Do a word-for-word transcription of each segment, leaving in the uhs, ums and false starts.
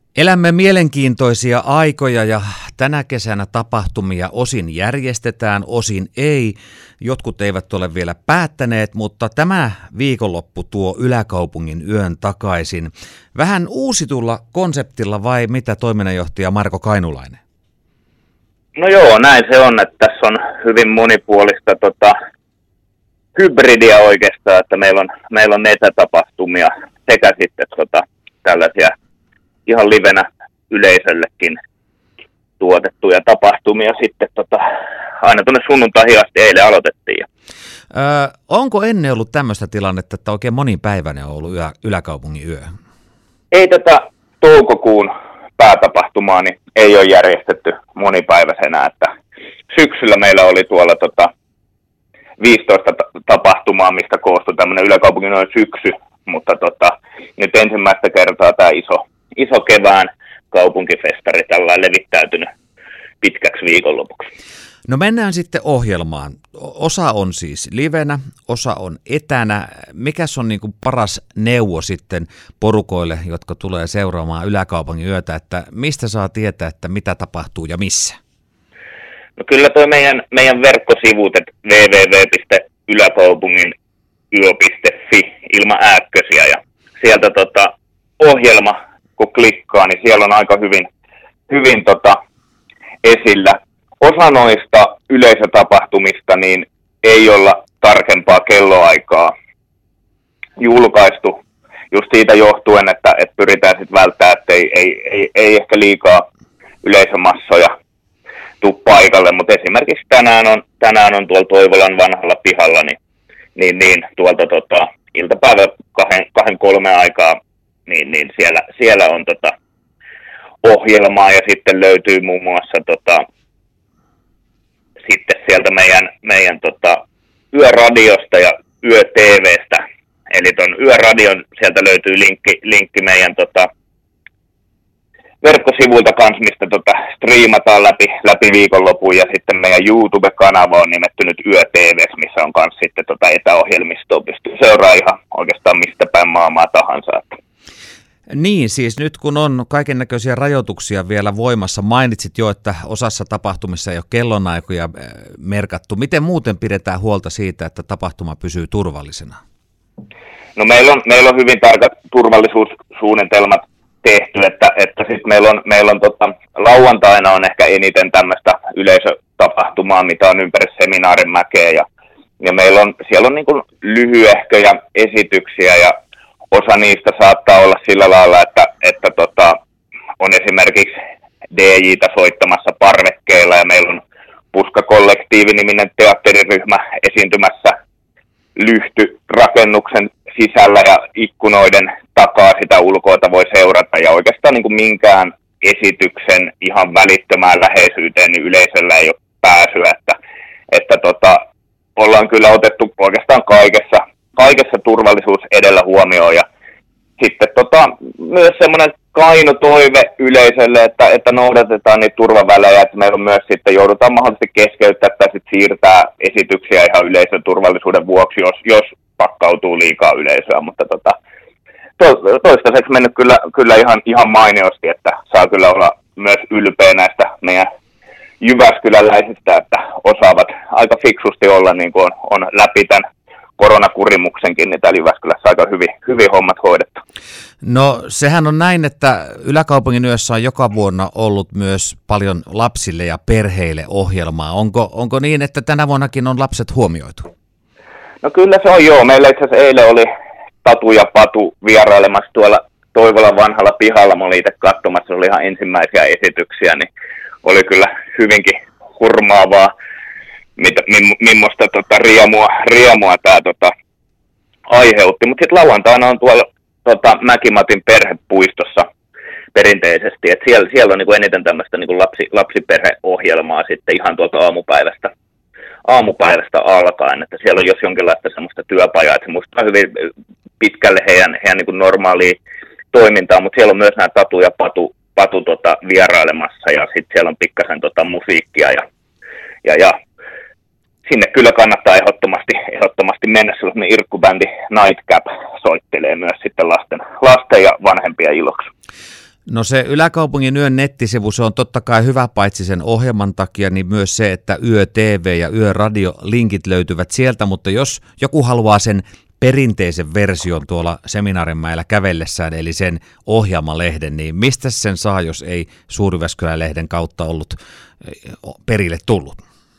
Elämme mielenkiintoisia aikoja ja tänä kesänä tapahtumia osin järjestetään, osin ei. Jotkut eivät ole vielä päättäneet, mutta tämä viikonloppu tuo Yläkaupungin yön takaisin. Vähän uusitulla konseptilla vai mitä, toiminnanjohtaja Marko Kainulainen? No joo, näin se on, että tässä on hyvin monipuolista tota, hybridiä oikeastaan, että meillä on, meillä on etätapahtumia sekä sitten tota, tällaisia ihan livenä yleisöllekin tuotettuja tapahtumia sitten tota, aina tuonne sunnuntaihin asti, eilen aloitettiin. Öö, onko ennen ollut tämmöistä tilannetta, että oikein monipäiväinen on ollut yö, Yläkaupungin yö? Ei tätä toukokuun päätapahtumaa niin ei ole järjestetty monipäiväisenä, että syksyllä meillä oli tuolla tota, viisitoista tapahtumaa, mistä koostui tämmöinen Yläkaupungin yön syksy, mutta tota, nyt ensimmäistä kertaa tämä iso Iso kevään kaupunkifestari tällainen levittäytynyt pitkäksi viikonlopuksi. No mennään sitten ohjelmaan. Osa on siis livenä, osa on etänä. Mikäs on niin kuin paras neuvo sitten porukoille, jotka tulee seuraamaan Yläkaupungin yötä, että mistä saa tietää, että mitä tapahtuu ja missä? No kyllä tuo meidän, meidän verkkosivut, että double-u double-u double-u piste yläkaupungin yö piste fi ilman ääkkösiä ja sieltä tota, ohjelma kun klikkaa, niin siellä on aika hyvin, hyvin tota, esillä. Osa noista yleisötapahtumista niin ei olla tarkempaa kelloaikaa julkaistu just siitä johtuen, että, että pyritään sitten välttämään, että ei, ei, ei, ei ehkä liikaa yleisömassoja tule paikalle, mutta esimerkiksi tänään on, tänään on tuolla Toivolan vanhalla pihalla, niin, niin, niin tuolta tota, iltapäivä kahden, kahden kolme aikaa Niin, niin siellä, siellä on tota ohjelmaa ja sitten löytyy muun muassa tota, sitten sieltä meidän, meidän tota, yöradiosta ja yö-tvstä. Eli tuon yöradion sieltä löytyy linkki, linkki meidän tota, verkkosivuilta kanssa, mistä tota, striimataan läpi, läpi viikonlopun ja sitten meidän YouTube-kanava on nimetty nyt yö-tvs, missä on kanssa sitten tota etäohjelmistoa, pystyy seuraamaan ihan oikeastaan mistä päin maailmaa tahansa. Niin, siis nyt kun on kaiken näköisiä rajoituksia vielä voimassa, mainitsit jo, että osassa tapahtumissa ei ole kellonaikoja merkattu. Miten muuten pidetään huolta siitä, että tapahtuma pysyy turvallisena? No meillä on, meillä on hyvin tarkat turvallisuussuunnitelmat tehty, että, että sit meillä on, meillä on tota, lauantaina on ehkä eniten tämmöistä yleisötapahtumaa, mitä on ympäri Seminaarinmäkeä ja, ja meillä on, siellä on niin kuin lyhyehköjä esityksiä ja osa niistä saattaa olla sillä lailla, että, että tota, on esimerkiksi D J:tä soittamassa parvekkeilla ja meillä on Puska-kollektiivi-niminen teatteriryhmä esiintymässä lyhtyrakennuksen sisällä ja ikkunoiden takaa sitä ulkoota voi seurata ja oikeastaan niin kuin minkään esityksen ihan välittömään läheisyyteen niin yleisöllä ei ole pääsyä, että, että tota, ollaan kyllä otettu oikeastaan kaikessa kaikessa turvallisuus edellä huomioon ja sitten tota, myös semmoinen kaino toive yleisölle, että, että noudatetaan niitä turvavälejä, että meillä on myös sitten joudutaan mahdollisesti keskeyttää tai sitten siirtää esityksiä ihan yleisön turvallisuuden vuoksi, jos, jos pakkautuu liikaa yleisöä, mutta tota, to, toistaiseksi mennyt kyllä, kyllä ihan, ihan mainiosti, että saa kyllä olla myös ylpeä näistä meidän jyväskyläläisistä, että osaavat aika fiksusti olla niin kuin on, on läpi tämän koronakurimuksenkin, niin täällä Jyväskylässä aika hyvin, hyvin hommat hoidettu. No sehän on näin, että Yläkaupungin yössä on joka vuonna ollut myös paljon lapsille ja perheille ohjelmaa. Onko, onko niin, että tänä vuonnakin on lapset huomioitu? No kyllä se on joo. Meillä itse asiassa eilen oli Tatu ja Patu vierailemassa tuolla Toivolan vanhalla pihalla. Mä olin itse katsomassa, se oli ihan ensimmäisiä esityksiä, niin oli kyllä hyvinkin hurmaavaa. Mitä, millaista tota, riemua, riemua tämä tota, aiheutti. Mutta sitten lauantaina on tuolla tota, Mäkimatin perhepuistossa perinteisesti. Et siellä, siellä on niinku eniten tämmöistä niinku lapsi, lapsiperheohjelmaa sitten ihan tuolta aamupäivästä, aamupäivästä alkaen. Että siellä on jos jonkinlaista semmoista työpajaa, että se muistaa hyvin pitkälle heidän, heidän niinku normaalia toimintaa. Mutta siellä on myös nämä Tatu ja Patu, patu tota, vierailemassa ja sitten siellä on pikkasen tota, musiikkia ja, ja, ja sinne kyllä kannattaa ehdottomasti, ehdottomasti mennä, sellainen irkkubändi Nightcap soittelee myös sitten lasten, lasten ja vanhempia iloksi. No se Yläkaupungin Yön nettisivu, se on totta kai hyvä paitsi sen ohjelman takia, niin myös se, että Yö T V ja Yö Radio linkit löytyvät sieltä, mutta jos joku haluaa sen perinteisen version tuolla Seminaarinmäellä kävellessään, eli sen ohjelmalehden, niin mistä sen saa, jos ei Suur-Jyväskylä-lehden kautta ollut perille tullut?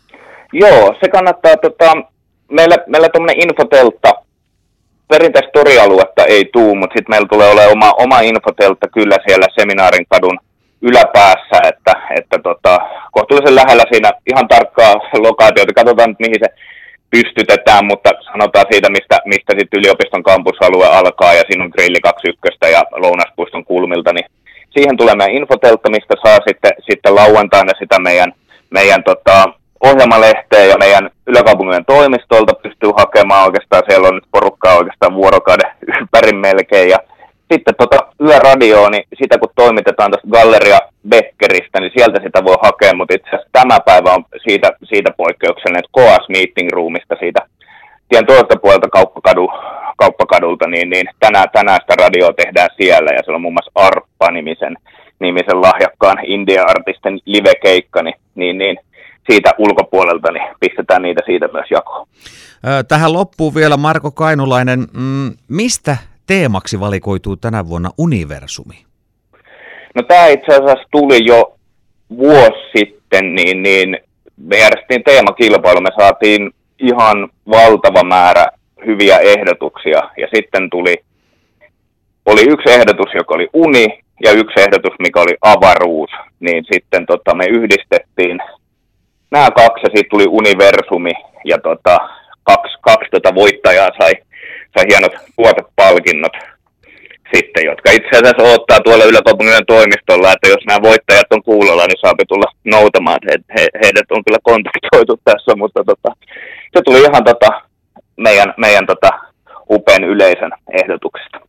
Joo, se kannattaa, tota, meillä, meillä tuommoinen infoteltta, perinteistä torialuetta ei tuu, mutta sitten meillä tulee olemaan oma, oma infoteltta kyllä siellä Seminaarin kadun yläpäässä, että, että tota, kohtuullisen lähellä siinä ihan tarkkaa lokaatiota, katsotaan nyt mihin se pystytetään, mutta sanotaan siitä, mistä, mistä sitten yliopiston kampusalue alkaa ja siinä on grilli kaksikymmentäyksi ja Lounaspuiston kulmilta, niin siihen tulee meidän infoteltta, mistä saa sitten, sitten lauantaina sitä meidän, meidän tota, ohjelmalehteen ja meidän Yläkaupungin toimistolta pystyy hakemaan oikeastaan, siellä on nyt porukkaa oikeastaan vuorokauden ympäri melkein ja sitten tota Yöradioa, niin sitä kun toimitetaan tuosta Galleria Beckeristä, niin sieltä sitä voi hakea, mutta itse asiassa tämä päivä on siitä, siitä poikkeuksellinen, että Koas Meeting Roomista siitä tien toiselta puolelta kauppakadu, kauppakadulta, niin, niin tänään, tänään sitä radioa tehdään siellä ja siellä on muun muassa Arppa-nimisen nimisen lahjakkaan India-artistin live-keikka, niin, niin, niin siitä ulkopuolelta niin pistetään niitä siitä myös jakoon. Tähän loppuu vielä Marko Kainulainen. Mm, mistä teemaksi valikoituu tänä vuonna universumi? No tämä itse asiassa tuli jo vuosi sitten, niin, niin me järjestettiin teemakilpailu, me saatiin ihan valtava määrä hyviä ehdotuksia ja sitten tuli, oli yksi ehdotus, joka oli uni ja yksi ehdotus, mikä oli avaruus, niin sitten tota, me yhdistettiin nämä kaksi ja siitä tuli universumi ja tota, kaksi, kaksi tota voittajaa sai, sai hienot tuotepalkinnot sitten, jotka itse asiassa odottaa tuolla Yläkaupungin toimistolla, että jos nämä voittajat on kuulolla, niin saapi tulla noutamaan, he, he, heidät on kyllä kontaktoitu tässä, mutta tota, se tuli ihan tota, meidän, meidän tota, upean yleisön ehdotuksesta.